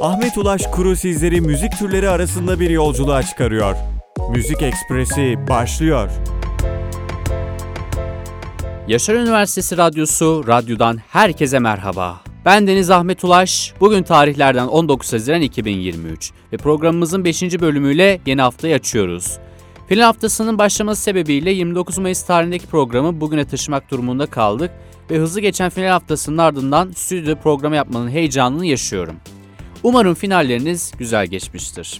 Ahmet Ulaş Kuru sizleri müzik türleri arasında bir yolculuğa çıkarıyor. Müzik Ekspresi başlıyor. Yaşar Üniversitesi Radyosu, radyodan herkese merhaba. Ben Deniz Ahmet Ulaş. Bugün tarihlerden 19 Haziran 2023 ve programımızın 5. bölümüyle yeni haftayı açıyoruz. Final haftasının başlaması sebebiyle 29 Mayıs tarihindeki programı bugüne taşımak durumunda kaldık ve hızlı geçen final haftasının ardından stüdyoda program yapmanın heyecanını yaşıyorum. Umarım finalleriniz güzel geçmiştir.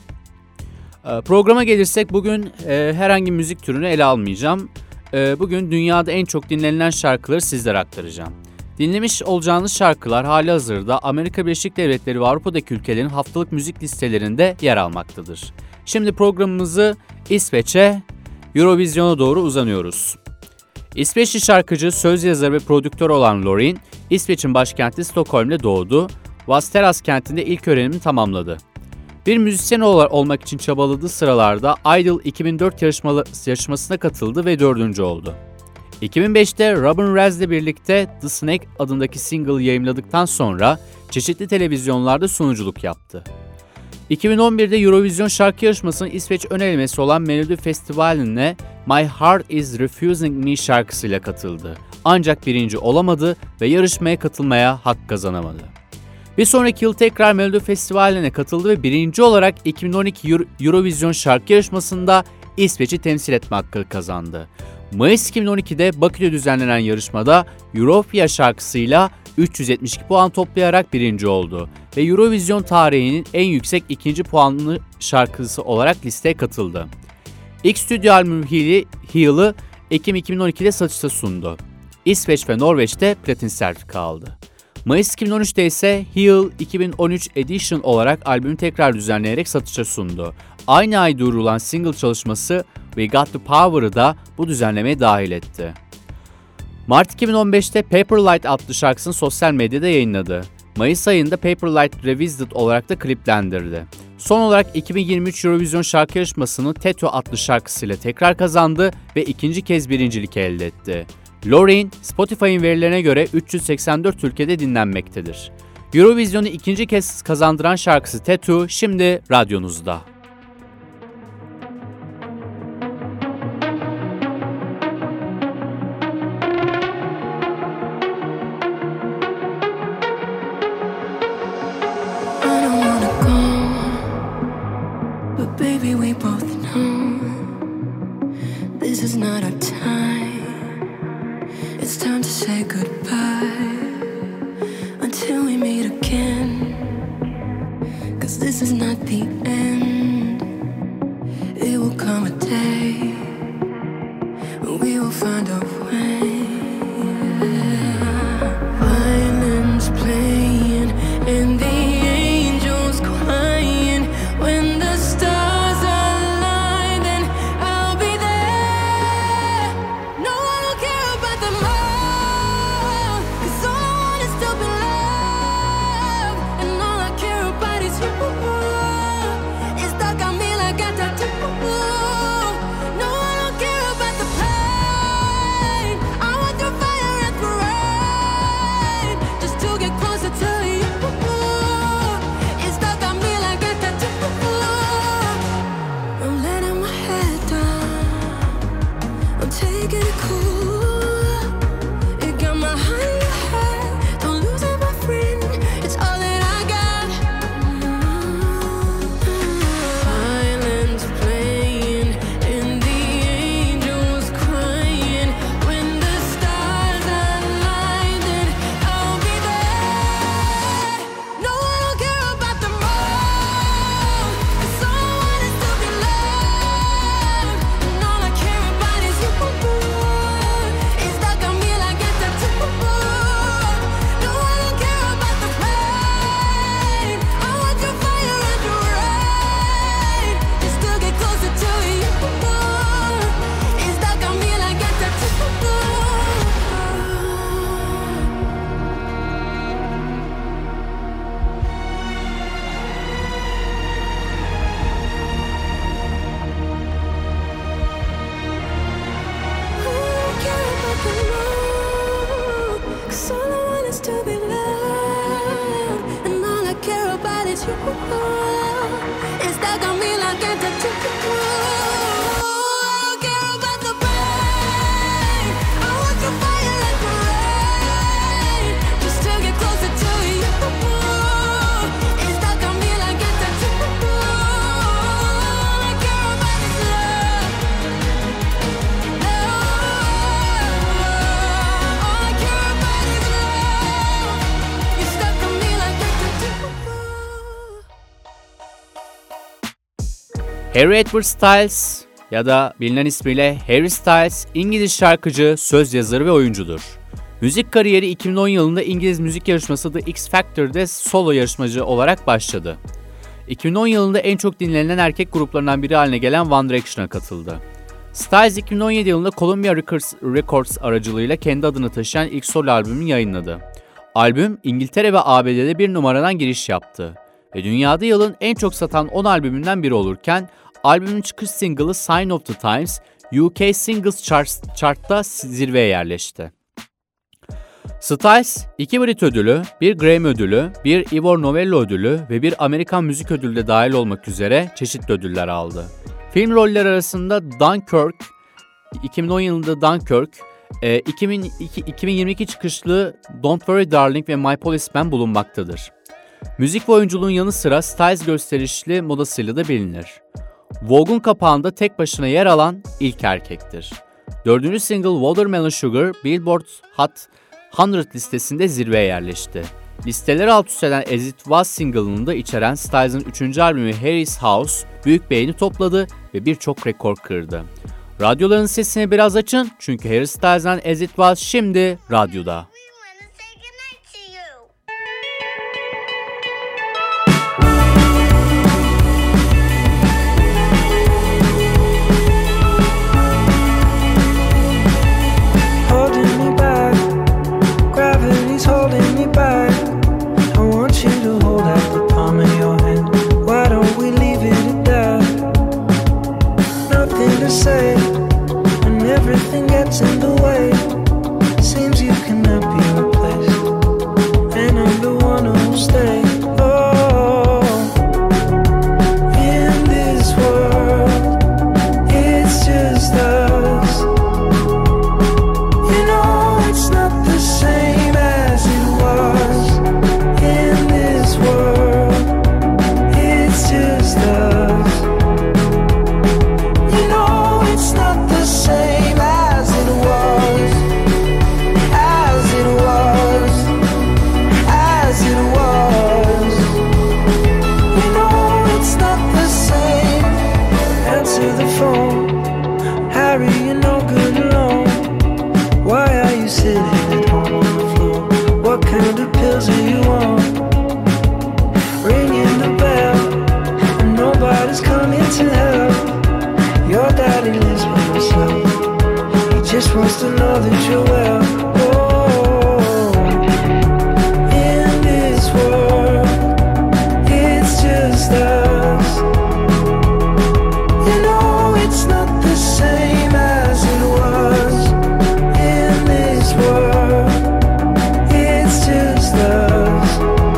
Programa gelirsek bugün herhangi bir müzik türünü ele almayacağım. Bugün dünyada en çok dinlenilen şarkıları sizlere aktaracağım. Dinlemiş olacağınız şarkılar halihazırda Amerika Birleşik Devletleri ve Avrupa'daki ülkelerin haftalık müzik listelerinde yer almaktadır. Şimdi programımızı İsveç'e, Eurovision'a doğru uzanıyoruz. İsveçli şarkıcı, söz yazarı ve prodüktör olan Loreen, İsveç'in başkenti Stockholm'de doğdu. Västerås kentinde ilk öğrenimini tamamladı. Bir müzisyen olmak için çabaladığı sıralarda Idol 2004 yarışmasına katıldı ve 4. oldu. 2005'te Robin Raz'le birlikte The Snake adındaki single yayımladıktan sonra çeşitli televizyonlarda sunuculuk yaptı. 2011'de Eurovision şarkı yarışmasının İsveç ön elemesi olan Melodi Festivali'ne My Heart Is Refusing Me şarkısıyla katıldı. Ancak 1. olamadı ve yarışmaya katılmaya hak kazanamadı. Bir sonraki yıl tekrar Melodi Festivali'ne katıldı ve 1. olarak 2012 Eurovision şarkı yarışmasında İsveç'i temsil etme hakkı kazandı. Mayıs 2012'de Bakü'de düzenlenen yarışmada Europia şarkısıyla 372 puan toplayarak 1. oldu ve Eurovision tarihinin en yüksek 2. puanlı şarkısı olarak listeye katıldı. İlk stüdyo albümü Heal'ı Ekim 2012'de satışa sundu. İsveç ve Norveç'te platin sertifika aldı. Mayıs 2013'te ise Heal 2013 Edition olarak albümü tekrar düzenleyerek satışa sundu. Aynı ay duyurulan single çalışması We Got The Power'ı da bu düzenlemeye dahil etti. Mart 2015'te Paperlight adlı şarkısını sosyal medyada yayınladı. Mayıs ayında Paperlight Revisited olarak da kliplendirdi. Son olarak 2023 Eurovision şarkı yarışmasını Tattoo adlı şarkısıyla tekrar kazandı ve ikinci kez birincilik elde etti. Loreen, Spotify'ın verilerine göre 384 ülkede dinlenmektedir. Eurovision'u ikinci kez kazandıran şarkısı Tattoo şimdi radyonuzda. Is it's you. It's stuck on me like I touch you. I care about the pain. I want your fire like the rain, just to get closer to you. It's stuck on me like I touch you. I care about this love. No, I care about this love. You're stuck on me like I touch you. Harry Edward Styles ya da bilinen ismiyle Harry Styles, İngiliz şarkıcı, söz yazarı ve oyuncudur. Müzik kariyeri 2010 yılında İngiliz müzik yarışması The X Factor'de solo yarışmacı olarak başladı. 2010 yılında en çok dinlenen erkek gruplarından biri haline gelen One Direction'a katıldı. Styles 2017 yılında Columbia Records aracılığıyla kendi adını taşıyan ilk solo albümünü yayınladı. Albüm İngiltere ve ABD'de bir numaradan giriş yaptı ve dünyada yılın en çok satan 10 albümünden biri olurken albümün çıkış single'ı Sign of the Times UK Singles Chart'ta zirveye yerleşti. Styles, 2 Brit ödülü, 1 Grammy ödülü, 1 Ivor Novello ödülü ve 1 Amerikan Müzik Ödülü de dahil olmak üzere çeşitli ödüller aldı. Film rolleri arasında Dunkirk, 2010 yılında Dunkirk, 2022 çıkışlı Don't Worry Darling ve My Policeman bulunmaktadır. Müzik ve oyunculuğun yanı sıra Styles gösterişli modasıyla da bilinir. Vogue'un kapağında tek başına yer alan ilk erkektir. 4. single Watermelon Sugar Billboard Hot 100 listesinde zirveye yerleşti. Listeleri alt üst eden As It Was single'ını da içeren Styles'ın 3. albümü Harry's House büyük beğeni topladı ve birçok rekor kırdı. Radyoların sesini biraz açın çünkü Harry Styles'dan As It Was şimdi radyoda. In the way, seems you cannot be replaced, and I'm the one who'll stay. Oh, in this world, it's just us. You know it's not the same as it was. In this world, it's just us. You know it's not the same as it was, as it was, as it was. You know it's not the same. Answer the phone, Harry, you're no good alone. Why are you sitting at home on the floor? What kind of pills are you on? Ringing the bell, and nobody's coming to help. Your daddy lives by himself. He just wants to know that you're well. Oh, in this world, it's just us. You know it's not the same as it was. In this world, it's just us.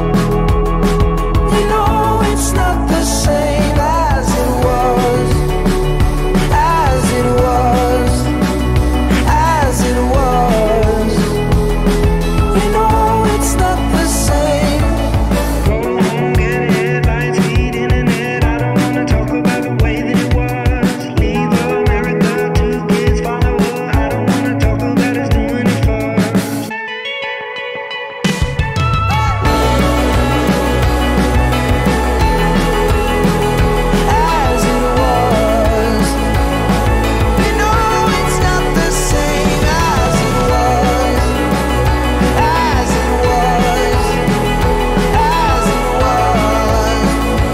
You know it's not the same as it was. As it was, as it was. You know it's not the same. Go home, get headlines, feed internet. I don't wanna talk about the way that it was. Leave America, 2 kids follow her. I don't wanna talk about us doing it first. As it was. You know it's not the same as it was, as it was, as it was.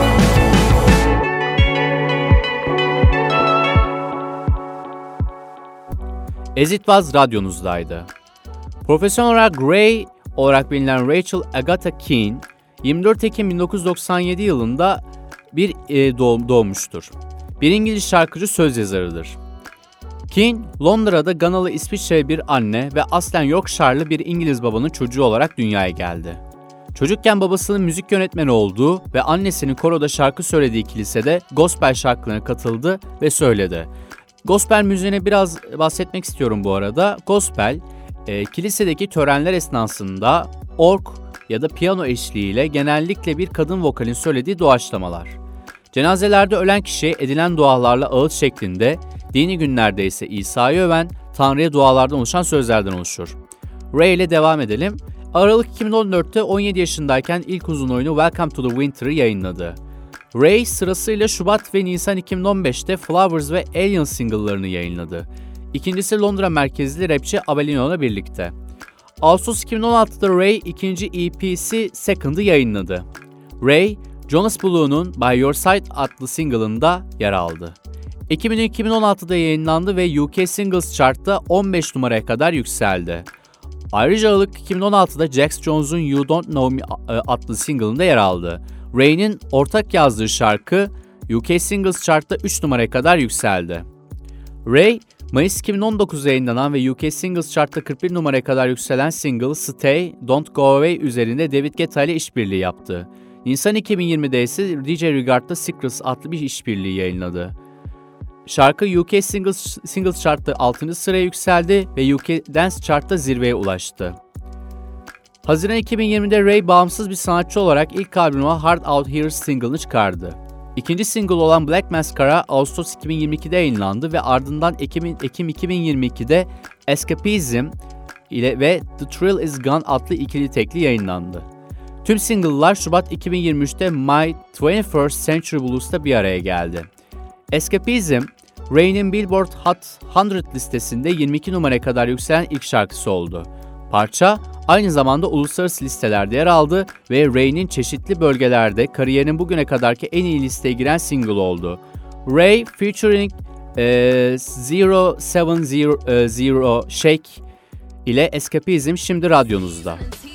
As It Was radyonuzdaydı. Profesyonel olarak Grey olarak bilinen Rachel Agatha Keane, 24 Ekim 1997 yılında doğmuştur. Bir İngiliz şarkıcı, söz yazarıdır. Keane, Londra'da Ganalı İsviçreli bir anne ve aslen Yorkshire'lı bir İngiliz babanın çocuğu olarak dünyaya geldi. Çocukken babasının müzik yönetmeni olduğu ve annesinin koroda şarkı söylediği kilisede gospel şarkılarına katıldı ve söyledi. Gospel müziğine biraz bahsetmek istiyorum bu arada. Gospel, kilisedeki törenler esnasında org ya da piyano eşliğiyle genellikle bir kadın vokalin söylediği doğaçlamalar. Cenazelerde ölen kişiye edilen dualarla ağıt şeklinde, dini günlerde ise İsa'yı öven, Tanrı'ya dualardan oluşan sözlerden oluşur. Ray ile devam edelim. Aralık 2014'te 17 yaşındayken ilk uzun oyunu Welcome to the Winter'ı yayınladı. Ray sırasıyla Şubat ve Nisan 2015'te Flowers ve Alien single'larını yayınladı. İkincisi Londra merkezli rapçi Abellino'la birlikte. Ağustos 2016'da Ray ikinci EP'si Second'ı yayınladı. Ray, Jonas Blue'nun By Your Side adlı single'ında yer aldı. Ekim 2016'da yayınlandı ve UK Singles Chart'ta 15 numaraya kadar yükseldi. Ayrıca Aralık 2016'da Jax Jones'un You Don't Know Me adlı single'ında yer aldı. Ray'nin ortak yazdığı şarkı UK Singles Chart'ta 3 numaraya kadar yükseldi. Ray, Mayıs 2019'da yayınlanan ve UK Singles Chart'ta 41 numaraya kadar yükselen single Stay, Don't Go Away üzerinde David Guetta ile işbirliği yaptı. Nisan 2020'de ise DJ Regard'da Secrets adlı bir işbirliği yayınladı. Şarkı UK Singles Chart'ta 6. sıraya yükseldi ve UK Dance Chart'ta zirveye ulaştı. Haziran 2020'de Ray bağımsız bir sanatçı olarak ilk albümü Hard Out Here single'ını çıkardı. İkinci single olan Black Mascara Ağustos 2022'de yayınlandı ve ardından Ekim 2022'de Escapism ile ve The Thrill Is Gone adlı ikili tekli yayınlandı. Tüm single'lar Şubat 2023'te My 21st Century Blues'ta bir araya geldi. Escapism, Ray'nin Billboard Hot 100 listesinde 22 numaraya kadar yükselen ilk şarkısı oldu. Parça aynı zamanda uluslararası listelerde yer aldı ve Ray'nin çeşitli bölgelerde kariyerinin bugüne kadarki en iyi listeye giren single oldu. Ray featuring 070 Shake ile Escapism şimdi radyonuzda.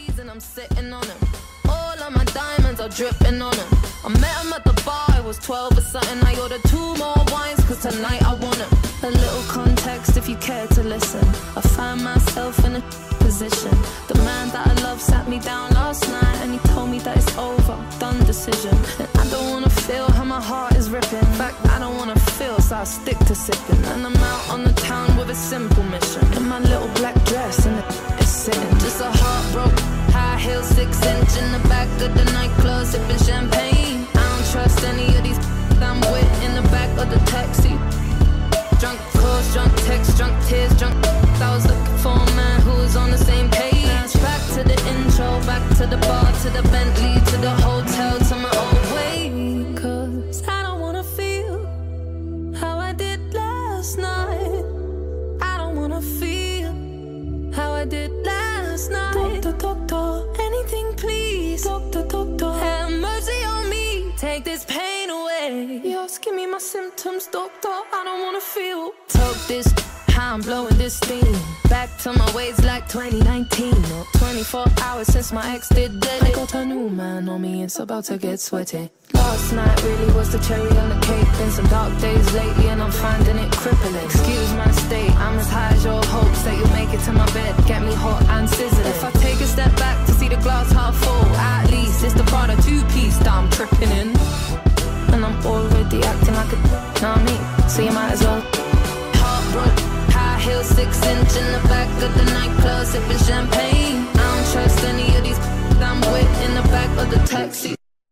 Dripping on him. I met him at the bar, I was 12 or something. I ordered 2 more wines, cause tonight I want him. A little context if you care to listen. I find myself in a position. The man that I love sat me down last night and he told me that it's over, done decision. And I don't wanna feel how my heart is ripping. In fact, I don't wanna feel, so I stick to sipping. And I'm out on the town with a simple mission. In my little black dress and it's sitting. Just a heartbroken high heel 6-inch in the back of the nightclub sipping champagne. I don't trust any of these I'm with in the back of the taxi. Drunk calls, drunk texts, drunk tears, drunk I was looking for a man who was on the same page. Now it's back to the intro, back to the bar, to the Bentley, to the hotel, to my old way. Cause I don't wanna feel how I did last night. I don't wanna feel how I did last night. Doctor, anything please. Doctor, have mercy on me. Take this pain away. You're asking me my symptoms, doctor. I don't wanna feel. Talk this, how I'm blowing this steam. Back to my ways like 2019. Or 24 hours since my ex did dead. I got a new man on me, it's about to get sweaty. Last night really was the cherry on the cake. Been some dark days lately and I'm finding it crippling. Excuse my state, I'm as high as your hopes that you'll make it to my bed. Get me hot and sizzling. If I take a step back to see the glass half full, at least it's the part of 2-piece that I'm tripping in. And I'm already acting like a know me, so you might as well. Heartbroken, high heel 6-inch in the back of the nightclub sipping champagne. I don't trust any of these I'm with in the back of the taxi.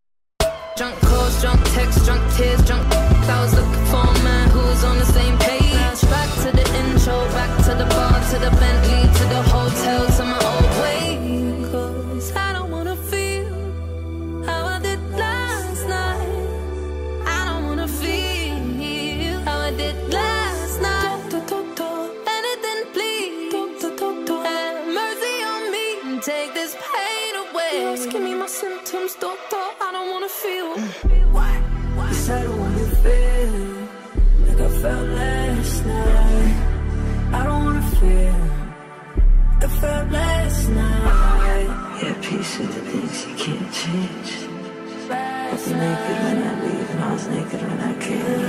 Drunk calls, drunk texts, drunk tears, drunk I was looking for a man who was on the same page. Now it's back to the intro, back to the bar, to the Bentley, to the hotel, to my old way. Cause I don't wanna feel how I did last night. I don't wanna feel how I did last night. Doctor, anything please. Doctor, have mercy on me and take this pain away. You're asking me my symptoms, doctor. I don't wanna feel. Yes, I don't wanna feel like I felt last night. I don't wanna feel like I felt last night. Yeah, peace of the things you can't change. I was naked when I leave and I was naked when I came.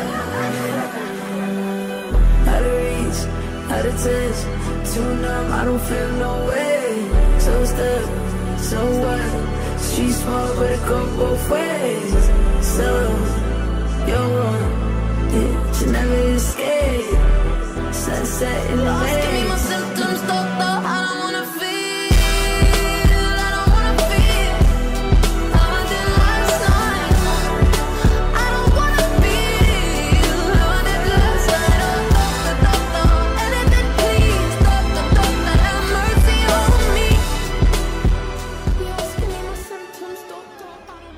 Out of reach, out of touch, too numb, I don't feel no way. So stuck, so what? She's smart but it go both ways. So you're wrong, yeah, you never escape. Sunset in the Lost, give me my symptoms, doctor. I don't wanna feel, I don't wanna feel how I did last night. I don't wanna feel how I did last night. Oh, doctor, anything please, doctor, have mercy on me. Lost, give me my symptoms, doctor. I don't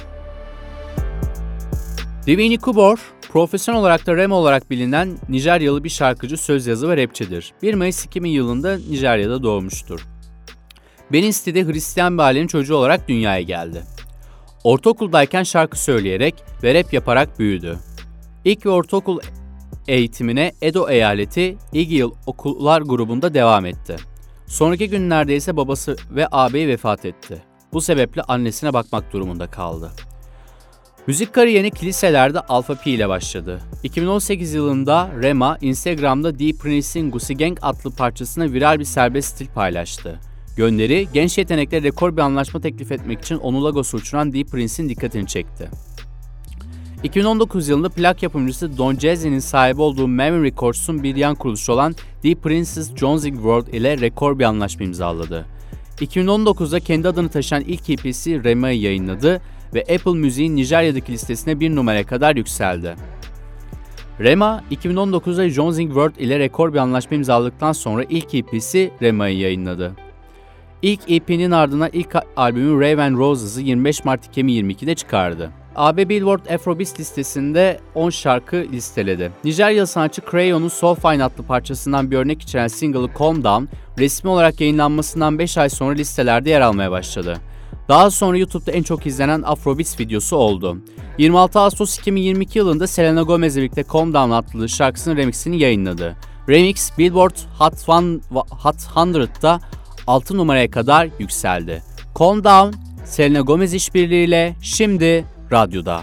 wanna feel. Divinny Kubor, profesyonel olarak da Rema olarak bilinen Nijeryalı bir şarkıcı, söz yazı ve rapçidir. 1 Mayıs 2000 yılında Nijerya'da doğmuştur. Benin City'de Hristiyan bir ailenin çocuğu olarak dünyaya geldi. Ortaokuldayken şarkı söyleyerek ve rap yaparak büyüdü. İlk ve ortaokul eğitimine Edo eyaleti Eagle Okullar grubunda devam etti. Sonraki günlerde ise babası ve ağabeyi vefat etti. Bu sebeple annesine bakmak durumunda kaldı. Müzik kariyerini kiliselerde Alpha P ile başladı. 2018 yılında Rema, Instagram'da D Prince'in Gucci Gang adlı parçasına viral bir serbest stil paylaştı. Gönderi, genç yeteneklere rekor bir anlaşma teklif etmek için onu Lagos'a uçuran D Prince'in dikkatini çekti. 2019 yılında plak yapımcısı Don Jazzy'nin sahibi olduğu Maven Records'un bir yan kuruluşu olan D Prince's Jonesing World ile rekor bir anlaşma imzaladı. 2019'da kendi adını taşıyan ilk EP'si Rema'yı yayınladı ve Apple Music'in Nijerya'daki listesine 1 numaraya kadar yükseldi. Rema, 2019'da Jonesing World ile rekor bir anlaşma imzaladıktan sonra ilk EP'si Rema'yı yayınladı. İlk EP'nin ardından ilk albümü Raven Roses'ı 25 Mart 2022'de çıkardı. AB Billboard Afrobeats listesinde 10 şarkı listeledi. Nijeryalı sanatçı Crayon'un Soul Fine adlı parçasından bir örnek içeren single'ı Calm Down, resmi olarak yayınlanmasından 5 ay sonra listelerde yer almaya başladı. Daha sonra YouTube'da en çok izlenen Afrobeats videosu oldu. 26 Ağustos 2022 yılında Selena Gomez'le birlikte Calm Down adlı şarkısının remixini yayınladı. Remix, Billboard Hot 100'da 6 numaraya kadar yükseldi. Calm Down, Selena Gomez işbirliğiyle şimdi radyoda.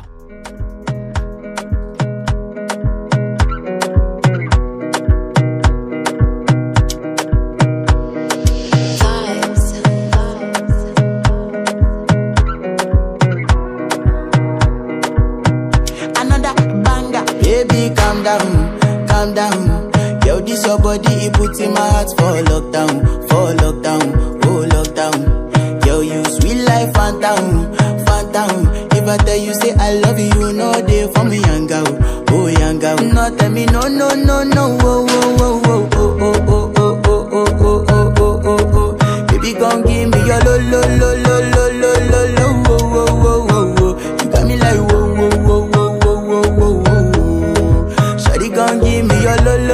Calm down. Yo, this your body, it puts in my heart for lockdown, oh lockdown. Yo, you sweet life, phantom. If I tell you, say I love you, you know they for me, young girl, oh young girl. No, tell me, no, oh, oh. Baby, gon' give me your lo. You got me like, whoa. Gon' give me your lo.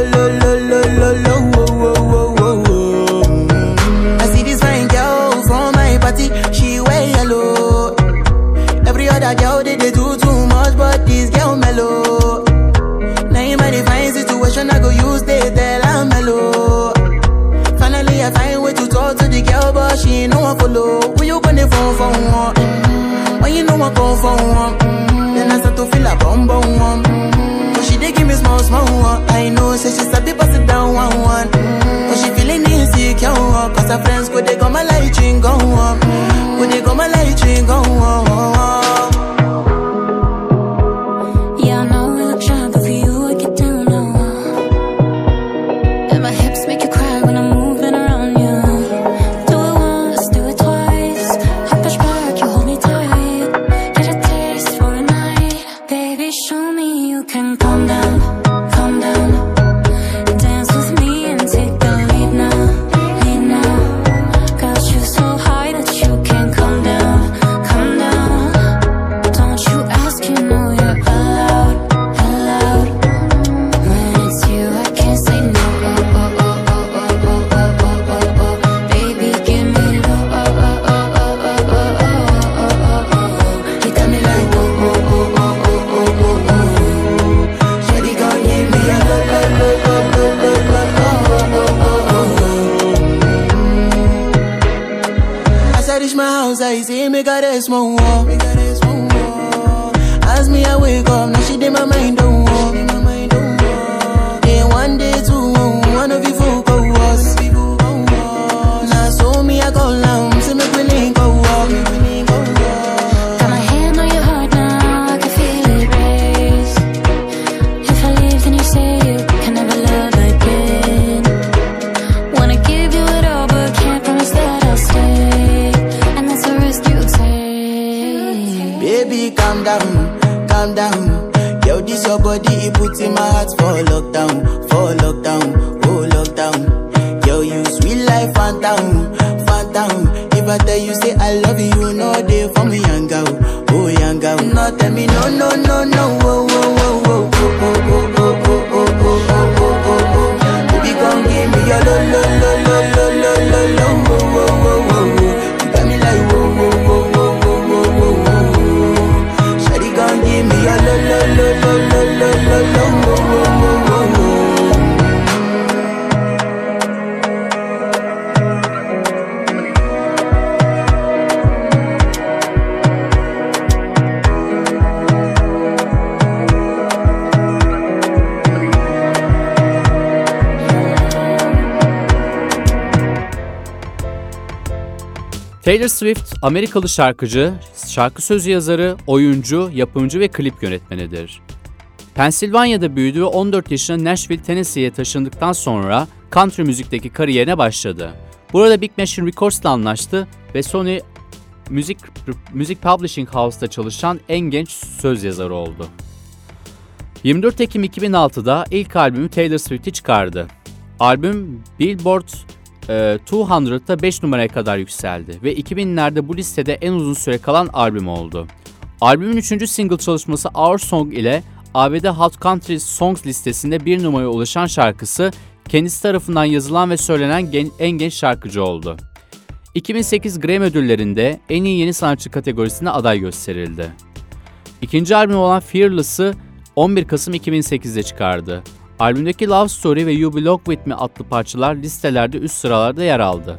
I see this fine girl from my party, she wear yellow. Every other girl they do too much, but this girl mellow. Now in my fine situation, I go use they tell I'm mellow. Finally I find way to talk to the girl, but she ain't no one follow. Who you gonna phone for one? When you know I go for one, then I start to feel a bum. She dey give me small one. I know, say she's a bit pass it down one. But she feeling insecure, cause her friends go they go my light ring go on. Go they go my light ring go on. Yeah, I know we look shy, but for you I get down low. And my hips make you cry when I'm moving around you. Do it once, do it twice. I push back, you hold me tight. Get a taste for a night. Baby, show me you can calm down. Dance with me and take the lead now. Got you so high that you can't come down. Don't you ask, you know you're allowed. When it's you, I can't say no. Baby, give me low. You got me like Shawty gon' give me a lo. As I reach my house, I see me got a small wall. As me I wake up, now she did my mind don't walk. Then one day two, one of you folk go was. Now so me I call now, see me Baby, calm down, calm down. Yo, this your body, it puts in my heart for lockdown, oh lockdown. Yo, you sweet life, phantom, phantom. If I tell you say I love you, you know they for me, young girl, oh young girl. No, tell me no, no, no, no, oh, oh, oh, oh, oh, oh, oh, oh, oh, oh, oh, oh, oh, oh. Baby, come give me your lo, lo, lo, lo, lo, lo, lo, lo, oh, oh, oh, oh, oh. You got me like whoa, whoa, whoa, whoa, whoa, whoa, whoa, whoa. Shawty, come give me your lo, lo, lo, lo, lo, lo, lo, lo, oh, oh, oh, oh, oh. Taylor Swift, Amerikalı şarkıcı, şarkı sözü yazarı, oyuncu, yapımcı ve klip yönetmenidir. Pensilvanya'da büyüdü ve 14 yaşında Nashville, Tennessee'ye taşındıktan sonra country müzikteki kariyerine başladı. Burada Big Machine Records'la anlaştı ve Sony Music Publishing House'da çalışan en genç söz yazarı oldu. 24 Ekim 2006'da ilk albümü Taylor Swift'i çıkardı. Albüm Billboard 200'da 5 numaraya kadar yükseldi ve 2000'lerde bu listede en uzun süre kalan albüm oldu. Albümün 3. single çalışması Our Song ile ABD Hot Country Songs listesinde 1 numaraya ulaşan şarkısı kendisi tarafından yazılan ve söylenen en genç şarkıcı oldu. 2008 Grammy ödüllerinde en iyi yeni sanatçı kategorisine aday gösterildi. İkinci albüm olan Fearless'ı 11 Kasım 2008'de çıkardı. Albümdeki Love Story ve You Belong With Me adlı parçalar listelerde üst sıralarda yer aldı.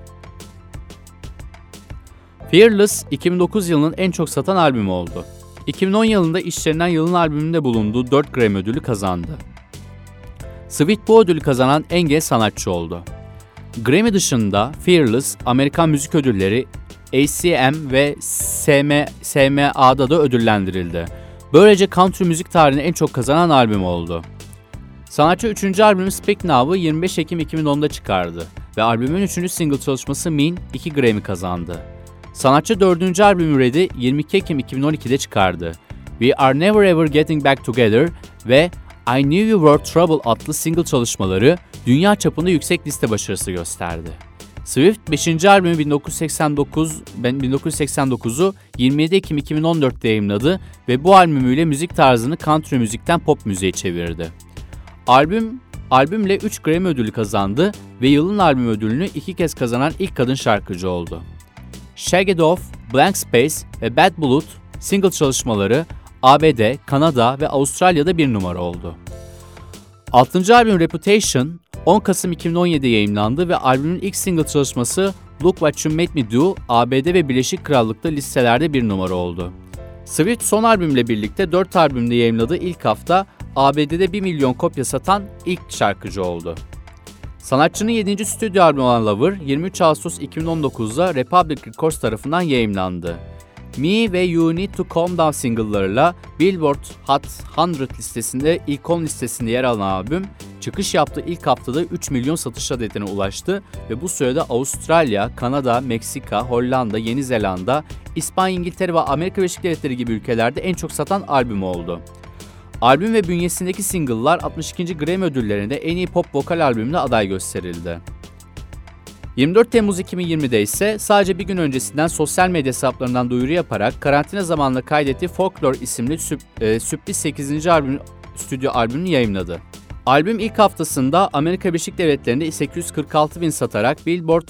Fearless, 2009 yılının en çok satan albümü oldu. 2010 yılında işlerinden yılın albümünde bulunduğu 4 Grammy ödülü kazandı. Swift bu ödülü kazanan en genç sanatçı oldu. Grammy dışında Fearless, Amerikan Müzik Ödülleri, ACM ve SMA'da da ödüllendirildi. Böylece country müzik tarihine en çok kazanan albüm oldu. Sanatçı 3. albümü Speak Now'ı 25 Ekim 2010'da çıkardı ve albümün 3. single çalışması Mean 2 Grammy kazandı. Sanatçı 4. albümü Red'i 22 Ekim 2012'de çıkardı. We Are Never Ever Getting Back Together ve I Knew You Were Trouble adlı single çalışmaları dünya çapında yüksek liste başarısı gösterdi. Swift 5. albümü 1989'u 27 Ekim 2014'te yayımladı ve bu albümüyle müzik tarzını country müzikten pop müziğe çevirdi. Albümle 3 Grammy ödülü kazandı ve yılın albüm ödülünü 2 kez kazanan ilk kadın şarkıcı oldu. Shake It Off, Blank Space ve Bad Blood single çalışmaları ABD, Kanada ve Avustralya'da 1 numara oldu. 6. albüm Reputation 10 Kasım 2017'de yayımlandı ve albümün ilk single çalışması Look What You Made Me Do ABD ve Birleşik Krallık'ta listelerde 1 numara oldu. Swift son albümle birlikte 4 albümde yayımladığı ilk hafta ABD'de 1 milyon kopya satan ilk şarkıcı oldu. Sanatçının 7. stüdyo albümü olan Lover 23 Ağustos 2019'da Republic Records tarafından yayımlandı. Me ve You Need To Calm Down single'larıyla Billboard Hot 100 listesinde ilk 10 listesinde yer alan albüm, çıkış yaptığı ilk haftada 3 milyon satış adetine ulaştı ve bu sürede Avustralya, Kanada, Meksika, Hollanda, Yeni Zelanda, İspanya, İngiltere ve Amerika Birleşik Devletleri gibi ülkelerde en çok satan albüm oldu. Albüm ve bünyesindeki single'lar 62. Grammy ödüllerinde en iyi pop vokal albümüne aday gösterildi. 24 Temmuz 2020'de ise sadece bir gün öncesinden sosyal medya hesaplarından duyuru yaparak karantina zamanında kaydettiği Folklore isimli sürpriz 8. stüdyo albümünü yayımladı. Albüm ilk haftasında Amerika Birleşik Devletleri'nde 846 bin satarak Billboard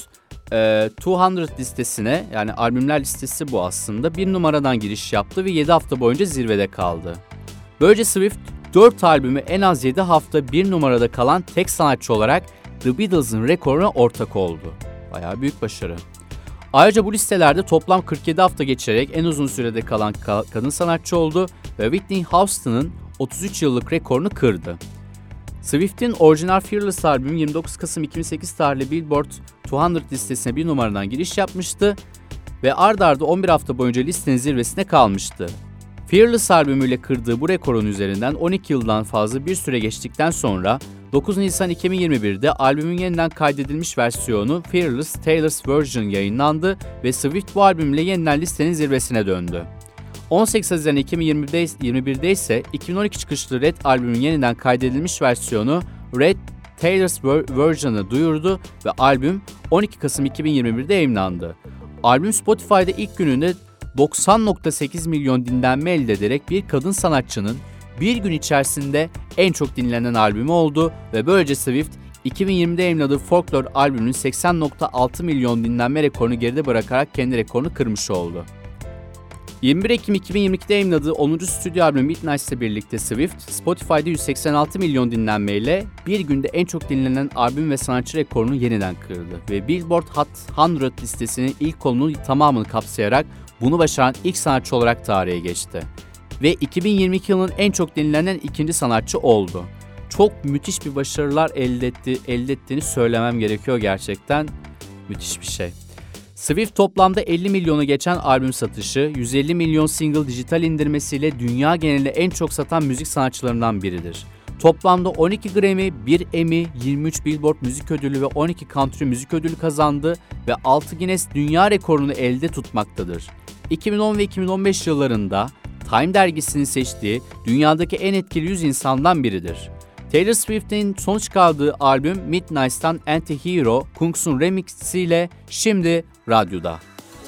200 listesine, yani albümler listesi bu aslında, 1 numaradan giriş yaptı ve 7 hafta boyunca zirvede kaldı. Böylece Swift 4 albümü en az 7 hafta 1 numarada kalan tek sanatçı olarak The Beatles'ın rekoruna ortak oldu. Bayağı büyük başarı. Ayrıca bu listelerde toplam 47 hafta geçirerek en uzun sürede kalan kadın sanatçı oldu ve Whitney Houston'ın 33 yıllık rekorunu kırdı. Swift'in orijinal Fearless albümü 29 Kasım 2008 tarihli Billboard 200 listesine 1 numaradan giriş yapmıştı ve ard arda 11 hafta boyunca listenin zirvesine kalmıştı. Fearless albümüyle kırdığı bu rekorun üzerinden 12 yıldan fazla bir süre geçtikten sonra 9 Nisan 2021'de albümün yeniden kaydedilmiş versiyonu Fearless Taylor's Version yayınlandı ve Swift bu albümle yeniden listenin zirvesine döndü. 18 Haziran 2021'de ise 2012 çıkışlı Red albümün yeniden kaydedilmiş versiyonu Red Taylor's Version'ı duyurdu ve albüm 12 Kasım 2021'de yayımlandı. Albüm Spotify'da ilk gününde 90.8 milyon dinlenme elde ederek bir kadın sanatçının bir gün içerisinde en çok dinlenen albümü oldu ve böylece Swift 2020'de yayımladığı Folklore albümünün 80.6 milyon dinlenme rekorunu geride bırakarak kendi rekorunu kırmış oldu. 21 Ekim 2022'de yayımladığı 10. stüdyo albümü Midnight ile birlikte Swift, Spotify'da 186 milyon dinlenmeyle bir günde en çok dinlenen albüm ve sanatçı rekorunu yeniden kırdı ve Billboard Hot 100 listesinin ilk kolunun tamamını kapsayarak bunu başaran ilk sanatçı olarak tarihe geçti. Ve 2022 yılının en çok dinlenen ikinci sanatçı oldu. Çok müthiş bir başarılar elde ettiğini söylemem gerekiyor gerçekten. Müthiş bir şey. Swift toplamda 50 milyonu geçen albüm satışı, 150 milyon single dijital indirmesiyle dünya genelinde en çok satan müzik sanatçılarından biridir. Toplamda 12 Grammy, 1 Emmy, 23 Billboard müzik ödülü ve 12 country müzik ödülü kazandı ve 6 Guinness dünya rekorunu elde tutmaktadır. 2010 ve 2015 yıllarında Time dergisinin seçtiği dünyadaki en etkili 100 insandan biridir. Taylor Swift'in son çıkardığı albüm Midnight'tan Anti-Hero, Kunks'un remix'iyle şimdi radyoda.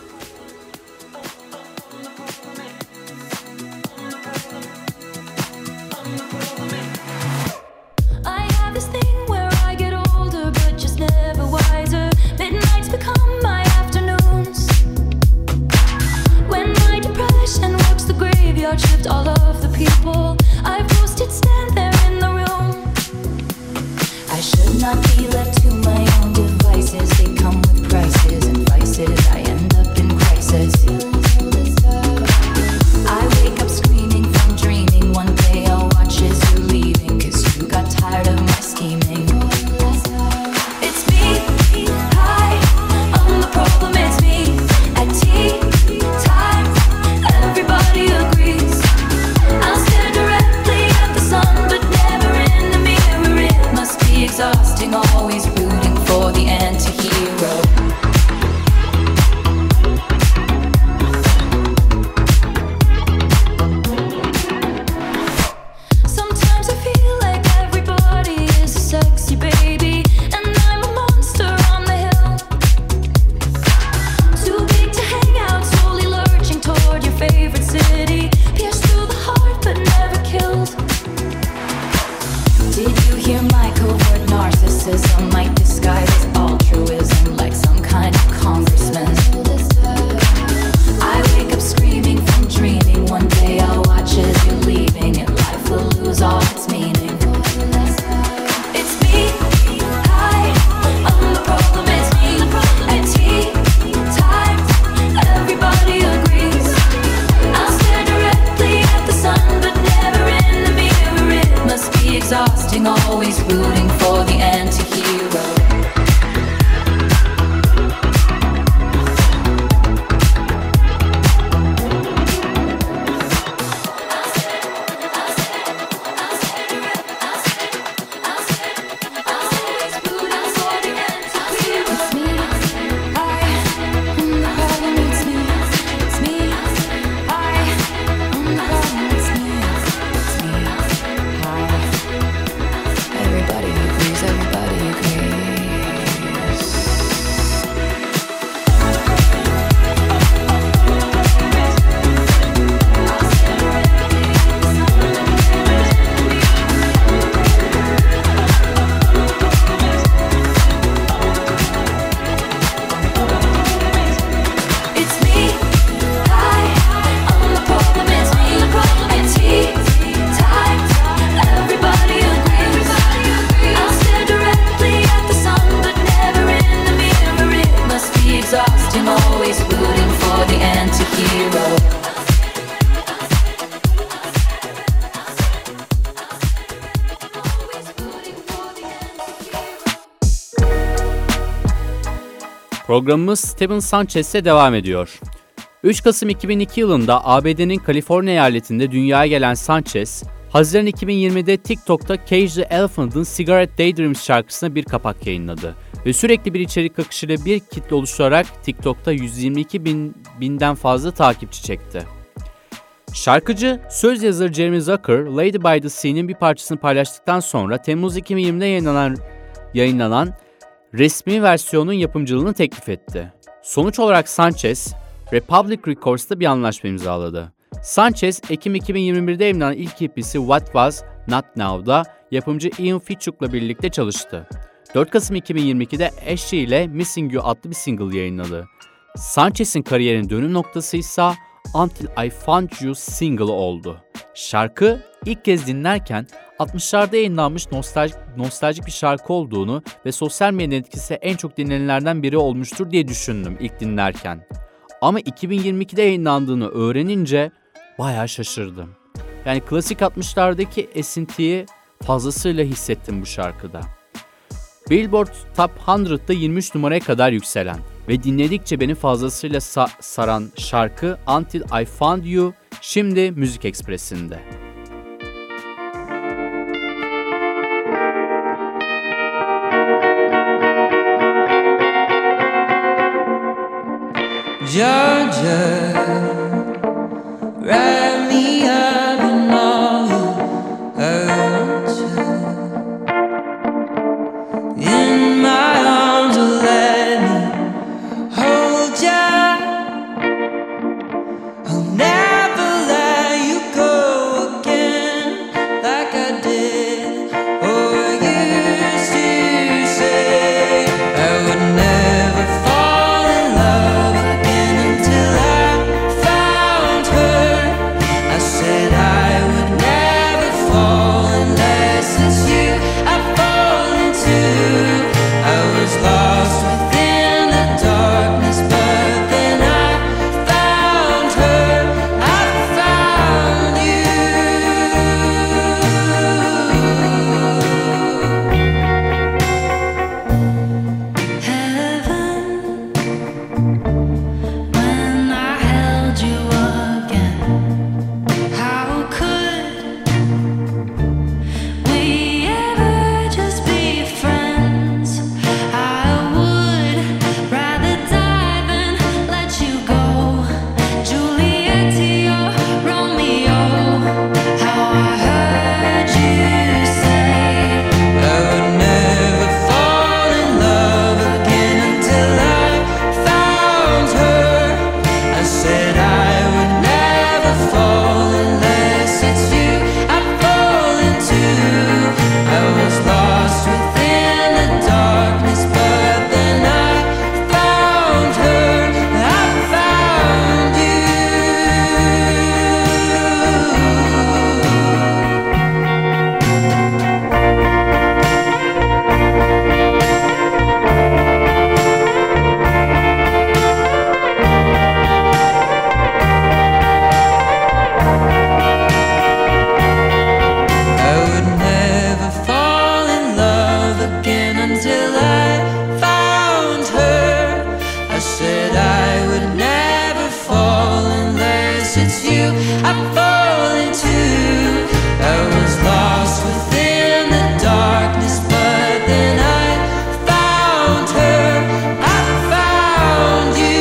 All of the people I've posted stand there in the room. I should not be left to my own devices. They come with prices and vices. I end up in crisis. I wake up screaming from dreaming. One day I'll watch as you're leaving, 'cause you got tired of my scheming. It's me, hi, I'm the problem, it's me. At tea time, everybody agrees. I'll stare directly at the sun, but never in the mirror. It must be exhausting, always rooting for the anti-hero. Sometimes I feel like everybody is a sexy baby, and I'm a monster on the hill. Too big to hang out, slowly lurching toward your favorite city. Pierced through the heart, but never killed. Did you hear my covert narcissism might disguise as altruism, like some kind of congressman? I wake up screaming from dreaming. One day I'll watch as you're leaving, and life will lose all its meaning. It's me, hi, I'm the problem, it's me. At tea time, everybody agrees. I'll stare directly at the sun, but never in the mirror. It must be exhausting, always rooting for the anti-hero. Everybody agrees, everybody agrees. It's me, hi, I'm the problem, it's me. At tea time, everybody agrees. I'll stare directly at the sun, but never in the mirror. It must be exhausting, always rooting for the anti-hero. Programımız Steven Sanchez'le devam ediyor. 3 Kasım 2002 yılında ABD'nin Kaliforniya eyaletinde dünyaya gelen Sanchez, Haziran 2020'de TikTok'ta Cage the Elephant'ın Cigarette Daydreams şarkısına bir kapak yayınladı ve sürekli bir içerik akışıyla bir kitle oluşturarak TikTok'ta 122 binden fazla takipçi çekti. Şarkıcı, söz yazarı Jeremy Zucker, Lady by the Sea'nin bir parçasını paylaştıktan sonra Temmuz 2020'de yayınlanan resmi versiyonun yapımcılığını teklif etti. Sonuç olarak Sanchez, Republic Records'ta bir anlaşma imzaladı. Sanchez, Ekim 2021'de yayınlanan ilk EP'si What Was Not Now'da yapımcı Ian Fitzgerald'la birlikte çalıştı. 4 Kasım 2022'de Ashley ile Missing You adlı bir single yayınladı. Sanchez'in kariyerinin dönüm noktası ise Until I Found You single oldu. Şarkı ilk kez dinlerken 60'larda yayınlanmış nostaljik bir şarkı olduğunu ve sosyal medya etkisi en çok dinlenenlerden biri olmuştur diye düşündüm ilk dinlerken. Ama 2022'de yayınlandığını öğrenince bayağı şaşırdım. Yani klasik 60'lardaki esintiyi fazlasıyla hissettim bu şarkıda. Billboard Top 100'da 23 numaraya kadar yükselen ve dinledikçe beni fazlasıyla saran şarkı Until I Found You şimdi Müzik Ekspresi'nde. Georgia, wrap me up in all you hurt you. In my arms, let me hold ya. I'll never let you go again like I did or used to say. I would never fall in love again until I found her. I said I would never fall unless it's you I fall into. I was lost within the darkness, but then I found her. I found you. Heaven, when I held you again, how could we ever just be friends? I would rather die than let you go. Juliet to your Romeo, how I heard you say I would never fall in love again until I found her. I said I would never fall unless it's you I fall into. I was lost within the darkness, but then I found her. I found you. I would never fall in love again until I found her. I said I would never fall unless it's you I fall into. I was lost within the darkness, but then I found her. I found you.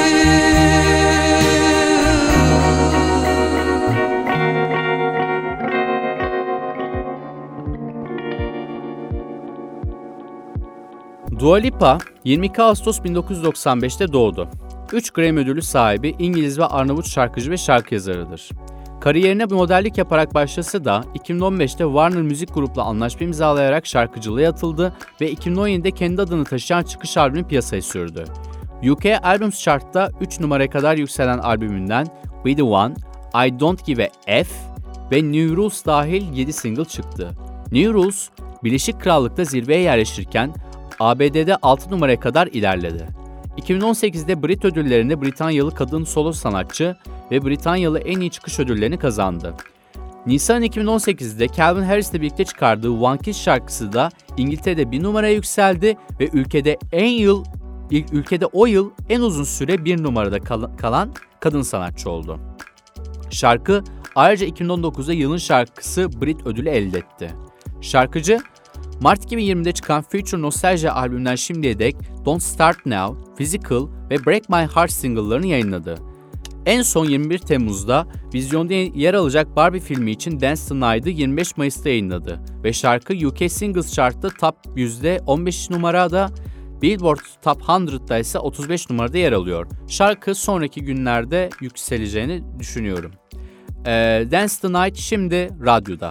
Dua Lipa 22 Ağustos 1995'te doğdu. 3 Grammy ödülü sahibi İngiliz ve Arnavut şarkıcı ve şarkı yazarıdır. Kariyerine bir modellik yaparak başlasa da 2015'te Warner Müzik Group'la anlaşma imzalayarak şarkıcılığa atıldı ve 2017'de kendi adını taşıyan çıkış albümünü piyasaya sürdü. UK Albums Chart'ta 3 numaraya kadar yükselen albümünden Be The One, I Don't Give a F ve New Rules dahil 7 single çıktı. New Rules, Birleşik Krallık'ta zirveye yerleşirken ABD'de 6 numaraya kadar ilerledi. 2018'de Brit ödüllerinde Britanyalı kadın solo sanatçı ve Britanyalı en iyi çıkış ödüllerini kazandı. Nisan 2018'de Calvin Harris'le birlikte çıkardığı One Kiss şarkısı da İngiltere'de 1 numaraya yükseldi ve ülkede o yıl en uzun süre 1 numarada kalan kadın sanatçı oldu. Şarkı ayrıca 2019'da yılın şarkısı Brit ödülü elde etti. Şarkıcı, Mart 2020'de çıkan Future Nostalgia albümünden şimdiye dek Don't Start Now, Physical ve Break My Heart single'larını yayınladı. En son 21 Temmuz'da vizyonda yer alacak Barbie filmi için Dance the Night'ı 25 Mayıs'ta yayınladı ve şarkı UK Singles Chart'ta Top 100'de 15 numarada, Billboard Top 100'da ise 35 numarada yer alıyor. Şarkı sonraki günlerde yükseleceğini düşünüyorum. Dance the Night şimdi radyoda.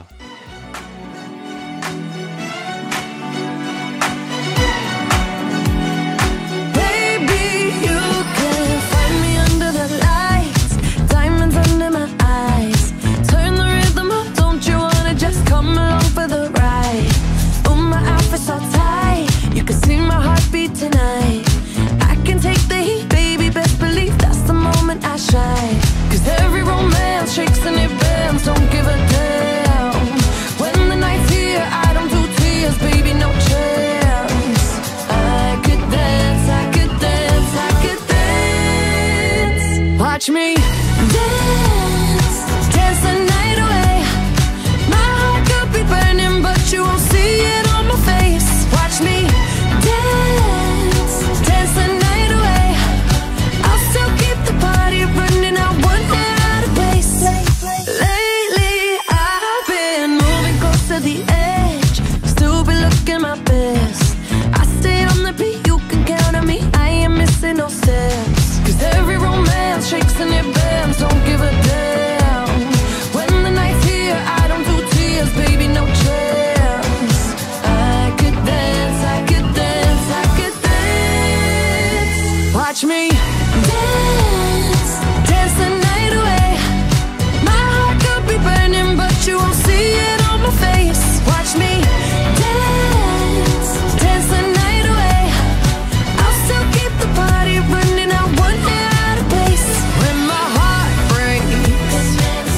Tonight, I can take the heat, baby. Best believe that's the moment I shine. 'Cause every romance shakes and it bends. Don't give a damn. When the night's here, I don't do tears, baby. No chance. I could dance, I could dance, I could dance. Watch me dance, dance the night away. My heart could be burning, but you won't see it on my face. Watch me dance, dance the night away. I'll still keep the party running. I won't get out of place. Lately I've been moving close to the edge, still be looking my best. I stay on the beat, you can count on me. I ain't missing no steps. 'Cause every romance shakes and it bends. Don't give a damn. When the night's here, I don't do tears, baby. No chance. I could dance, I could dance, I could dance. Watch me dance, dance the night away. My heart could be burning, but you won't see it on my face. Watch me dance, dance the night away. I'll still keep the party running. I won't get out of place. When my heart breaks,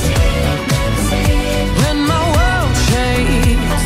when my world shakes,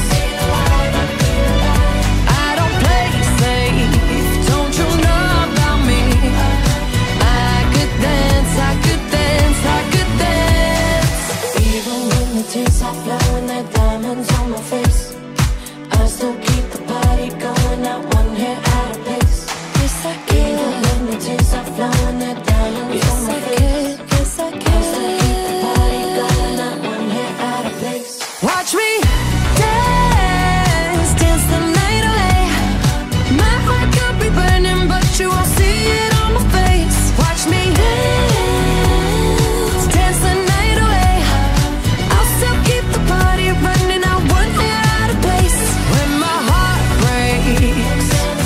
I don't play safe. Don't you know about me? I could dance, I could dance, I could dance. Even when the tears are flowing, the diamonds on my face, I still keep the party going. Not one hair out of place. Yes, I can. Even when the tears are flowing, the diamonds on my face, yes, I can. I still keep the party going. Not one hair out of place. Watch me dance, dance the night away. My heart could be burning, but you won't see it on my face. Watch me dance, dance the night away. I'll still keep the party running. I won't get out of place. When my heart breaks,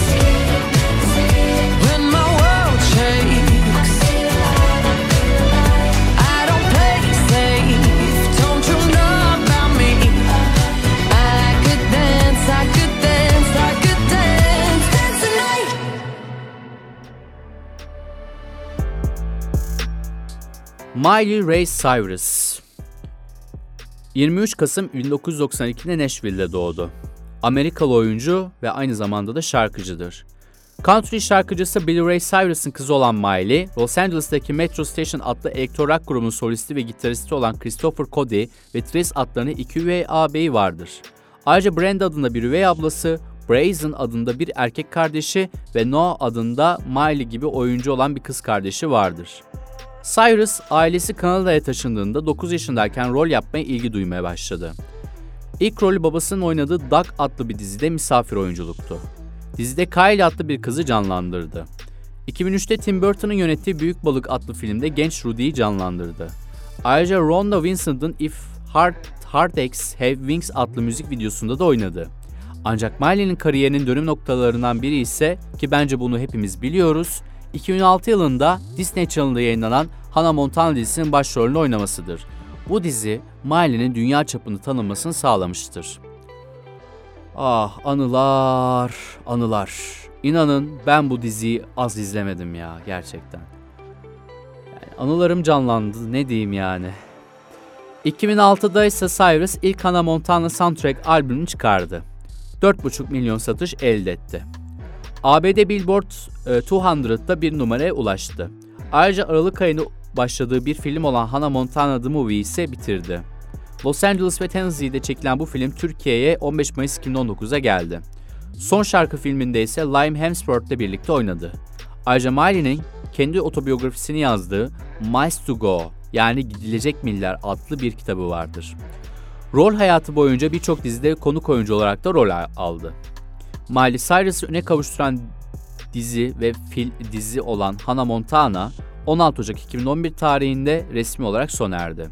when my world shakes, I don't play safe. Don't you know about me? I could dance, I could dance, I could dance, dance the night. Miley Ray Cyrus 23 Kasım 1992'de Nashville'de doğdu. Amerikalı oyuncu ve aynı zamanda da şarkıcıdır. Country şarkıcısı Billy Ray Cyrus'ın kızı olan Miley, Los Angeles'taki Metro Station adlı elektro rock grubunun solisti ve gitaristi olan Christopher Cody ve Tris adlarında iki üvey ağabeyi vardır. Ayrıca Brenda adında bir üvey ablası, Brazen adında bir erkek kardeşi ve Noah adında Miley gibi oyuncu olan bir kız kardeşi vardır. Cyrus, ailesi Kanada'ya taşındığında 9 yaşındayken rol yapmaya ilgi duymaya başladı. İlk rolü babasının oynadığı Doug adlı bir dizide misafir oyunculuktu. Dizide Kylie adlı bir kızı canlandırdı. 2003'te Tim Burton'ın yönettiği Büyük Balık adlı filmde genç Rudy'yi canlandırdı. Ayrıca Rhonda Vincent'ın If Heartaches Have Wings adlı müzik videosunda da oynadı. Ancak Miley'nin kariyerinin dönüm noktalarından biri ise, ki bence bunu hepimiz biliyoruz, 2006 yılında Disney Channel'da yayınlanan Hannah Montana dizisinin başrolünü oynamasıdır. Bu dizi Miley'nin dünya çapını tanınmasını sağlamıştır. Ah, anılar, anılar. İnanın ben bu diziyi az izlemedim ya, gerçekten. Yani anılarım canlandı, ne diyeyim yani. 2006'da ise Cyrus ilk Hannah Montana soundtrack albümünü çıkardı. 4,5 milyon satış elde etti. ABD Billboard 200'da bir numaraya ulaştı. Ayrıca Aralık ayında başladığı bir film olan Hannah Montana The Movie ise bitirdi. Los Angeles ve Tennessee'de çekilen bu film Türkiye'ye 15 Mayıs 2019'a geldi. Son şarkı filminde ise Liam Hemsworth'la birlikte oynadı. Ayrıca Miley'nin kendi otobiyografisini yazdığı Miles to Go yani Gidilecek Miller adlı bir kitabı vardır. Rol hayatı boyunca birçok dizide konuk oyuncu olarak da rol aldı. Miley Cyrus'ı öne kavuşturan dizi ve dizi olan Hannah Montana 16 Ocak 2011 tarihinde resmi olarak sona erdi.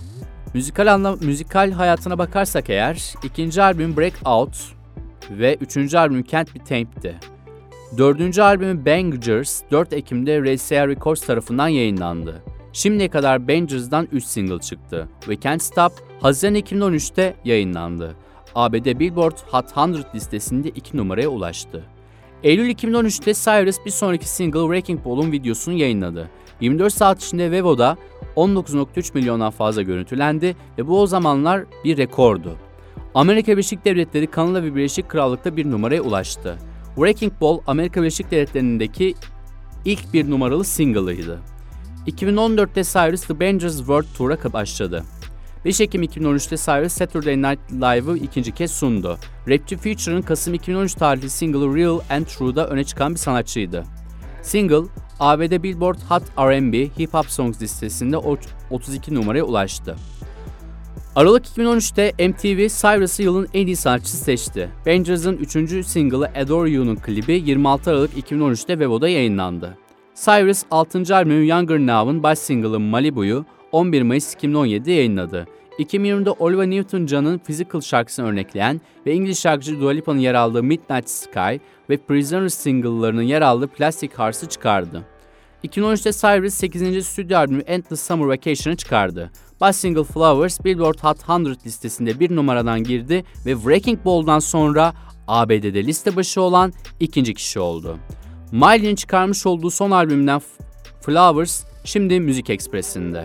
Müzikal hayatına bakarsak eğer, ikinci albüm Breakout ve üçüncü albüm Can't Be Tamed'ti. Dördüncü albümü Bangers 4 Ekim'de RCA Records tarafından yayınlandı. Şimdiye kadar Bangers'dan 3 single çıktı ve Can't Stop Haziran 2013'te yayınlandı. ABD Billboard Hot 100 listesinde 2 numaraya ulaştı. Eylül 2013'te Cyrus bir sonraki single Wrecking Ball'un videosunu yayınladı. 24 saat içinde Vevo'da 19.3 milyondan fazla görüntülendi ve bu o zamanlar bir rekordu. Amerika Birleşik Devletleri, Kanada ve Birleşik Krallık'ta bir numaraya ulaştı. Wrecking Ball, Amerika Birleşik Devletleri'ndeki ilk bir numaralı single'ıydı. 2014'te Cyrus The Bangers World Tour'a başladı. 5 Ekim 2013'te Cyrus Saturday Night Live'ı ikinci kez sundu. Rapçi Future'ın Kasım 2013 tarihli single'ı Real and True'da öne çıkan bir sanatçıydı. Single, ABD Billboard Hot R&B Hip Hop Songs listesinde 32 numaraya ulaştı. Aralık 2013'te MTV Cyrus'ı yılın en iyi sanatçısı seçti. Bangers'ın 3. single'ı Adore You'nun klibi 26 Aralık 2013'te Vevo'da yayınlandı. Cyrus 6. albümü Younger Now'ın baş single'ı Malibu'yu 11 Mayıs 2017'de yayınladı. 2020'de Olivia Newton-John'ın Physical şarkısını örnekleyen ve İngiliz şarkıcı Dua Lipa'nın yer aldığı Midnight Sky ve Prisoners single'larının yer aldığı Plastic Hearts'ı çıkardı. 2013'te Cyrus 8. stüdyo albümü Endless Summer Vacation'ı çıkardı. Baş single Flowers Billboard Hot 100 listesinde bir numaradan girdi ve Wrecking Ball'dan sonra ABD'de liste başı olan ikinci kişi oldu. Miley'nin çıkarmış olduğu son albümünden Flowers şimdi Müzik Ekspresi'nde.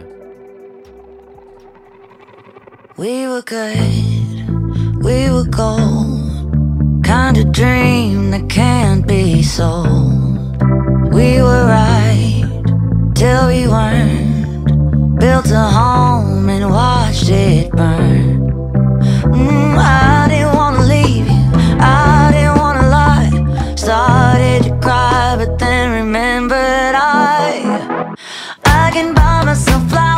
We were good, we were gold, kind of dream that can't be sold. We were right till we weren't, built a home and watched it burn. I didn't wanna leave you, I didn't wanna lie. Started to cry but then remembered I can buy myself flowers.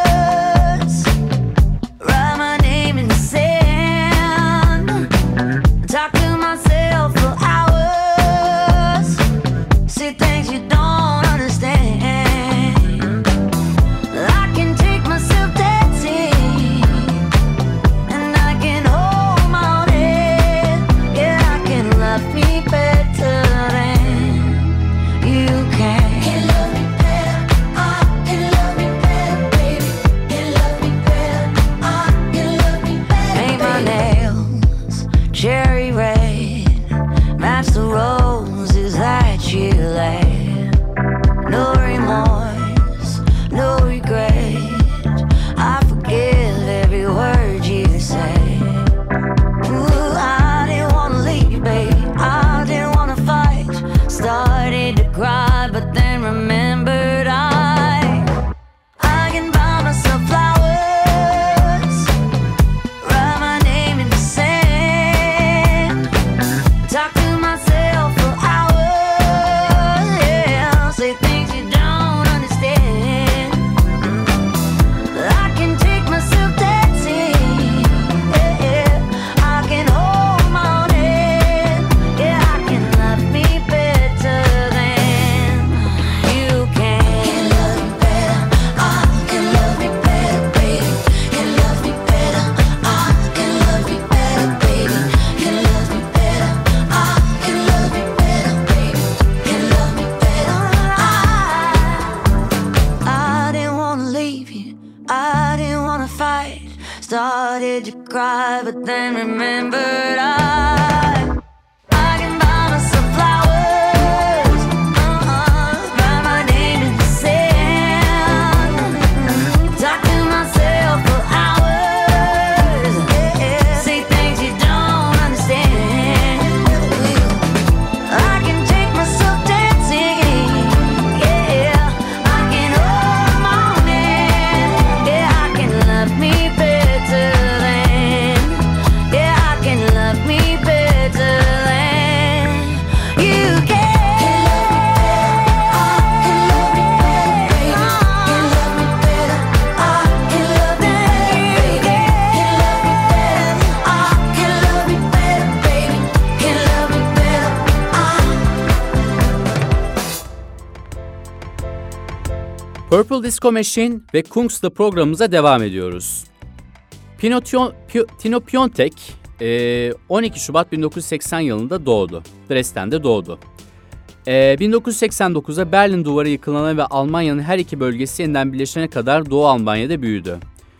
Started to cry, but then remembered I can buy myself flowers, write my name in the sand, talk to myself for hours, say things you don't understand. I can take myself dancing, yeah, I can hold my hand, yeah, I can love me better than, yeah, I can love me better Purple Disco Machine ve Kunst'la programımıza devam ediyoruz. Tino Piontek 12 Şubat 1980 yılında doğdu. Dresden'de doğdu. 1989'da Berlin Duvarı yıkılana ve Almanya'nın her iki bölgesi yeniden birleşene kadar Doğu Almanya'da büyüdü.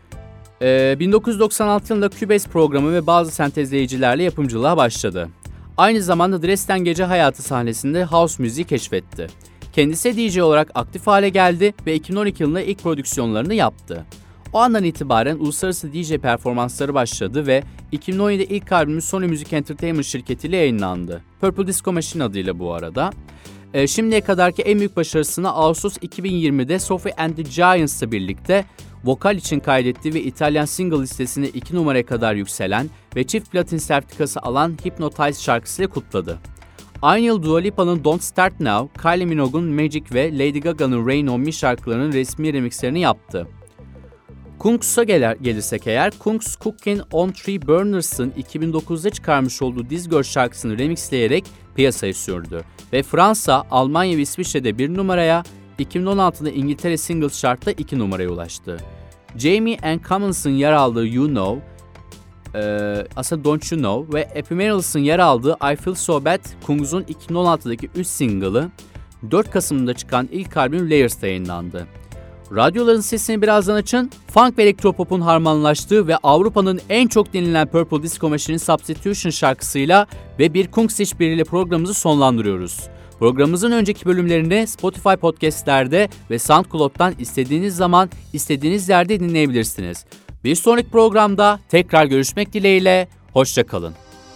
1996 yılında Cubase programı ve bazı sentezleyicilerle yapımcılığa başladı. Aynı zamanda Dresden gece hayatı sahnesinde house müziği keşfetti. Kendisi DJ olarak aktif hale geldi ve 2012 yılında ilk prodüksiyonlarını yaptı. O andan itibaren uluslararası DJ performansları başladı ve 2017'de ilk albümü Sony Music Entertainment şirketiyle yayınlandı. Purple Disco Machine adıyla bu arada. Şimdiye kadarki en büyük başarısını Ağustos 2020'de Sophie and the Giants'la birlikte vokal için kaydettiği ve İtalyan single listesine 2 numaraya kadar yükselen ve çift platin sertifikası alan Hypnotize şarkısıyla kutladı. Aynı yıl Dua Lipa'nın Don't Start Now, Kylie Minogue'un Magic ve Lady Gaga'nın Rain On Me şarkılarının resmi remixlerini yaptı. Kunst'a gelirsek eğer, Kunst Cookin' on Three Burners'ın 2009'da çıkarmış olduğu This Girl şarkısını remixleyerek piyasaya sürdü ve Fransa, Almanya ve İsviçre'de 1 numaraya, 2016'da İngiltere Singles Chart'ta 2 numaraya ulaştı. Jamie Ann Commons'ın yer aldığı You Know, aslında Don't You Know ve Ephemerals'ın yer aldığı I Feel So Bad, Kunst'un 2016'daki 3 single'ı, 4 Kasım'da çıkan ilk albüm Layers'ta yayınlandı. Radyoların sesini birazdan açın, funk ve elektropop'un harmanlaştığı ve Avrupa'nın en çok dinlenen Purple Disco Machine'in Substitution şarkısıyla ve bir Kunst işbirliğiyle programımızı sonlandırıyoruz. Programımızın önceki bölümlerini Spotify podcastlerde ve SoundCloud'dan istediğiniz zaman, istediğiniz yerde dinleyebilirsiniz. Bir sonraki programda tekrar görüşmek dileğiyle, hoşça kalın.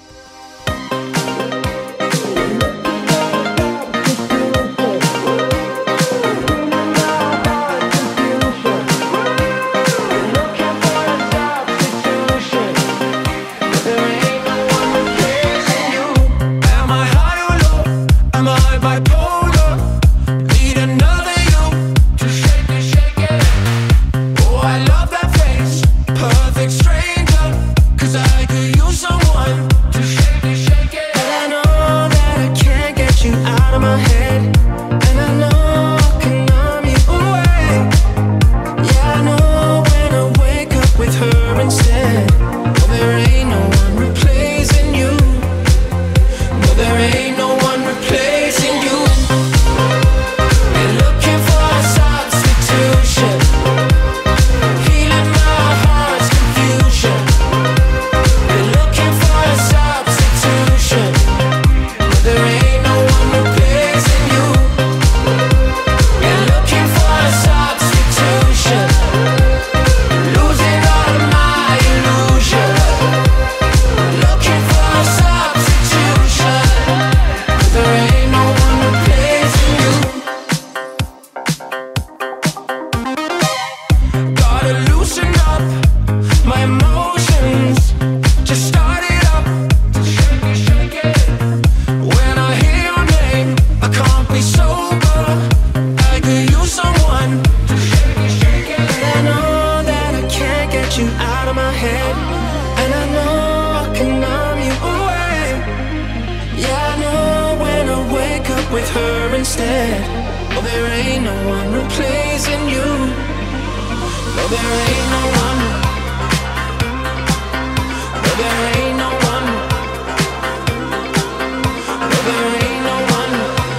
With her instead. Oh, there ain't no one replacing you. No, there ain't no one. No, there ain't no one. No, there ain't no one.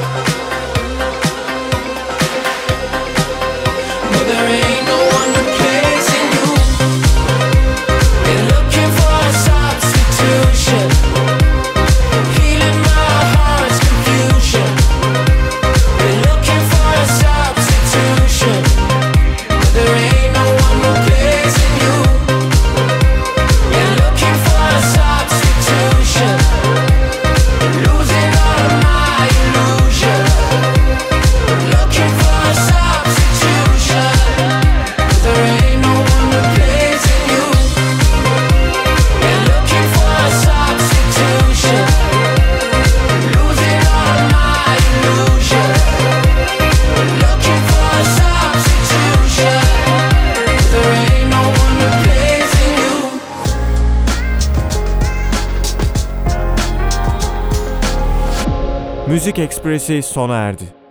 No, there ain't no one replacing you. Been looking for a substitution. Healing my heart's confusion. There ain't no one replacing you. You're looking for a substitution. Losing all of my illusion. Looking for a substitution. There ain't no one replacing you. You're looking for a substitution. Losing all of my illusion. Looking for a substitution. There ain't no one replacing you. Müzik Ekspresi sona erdi.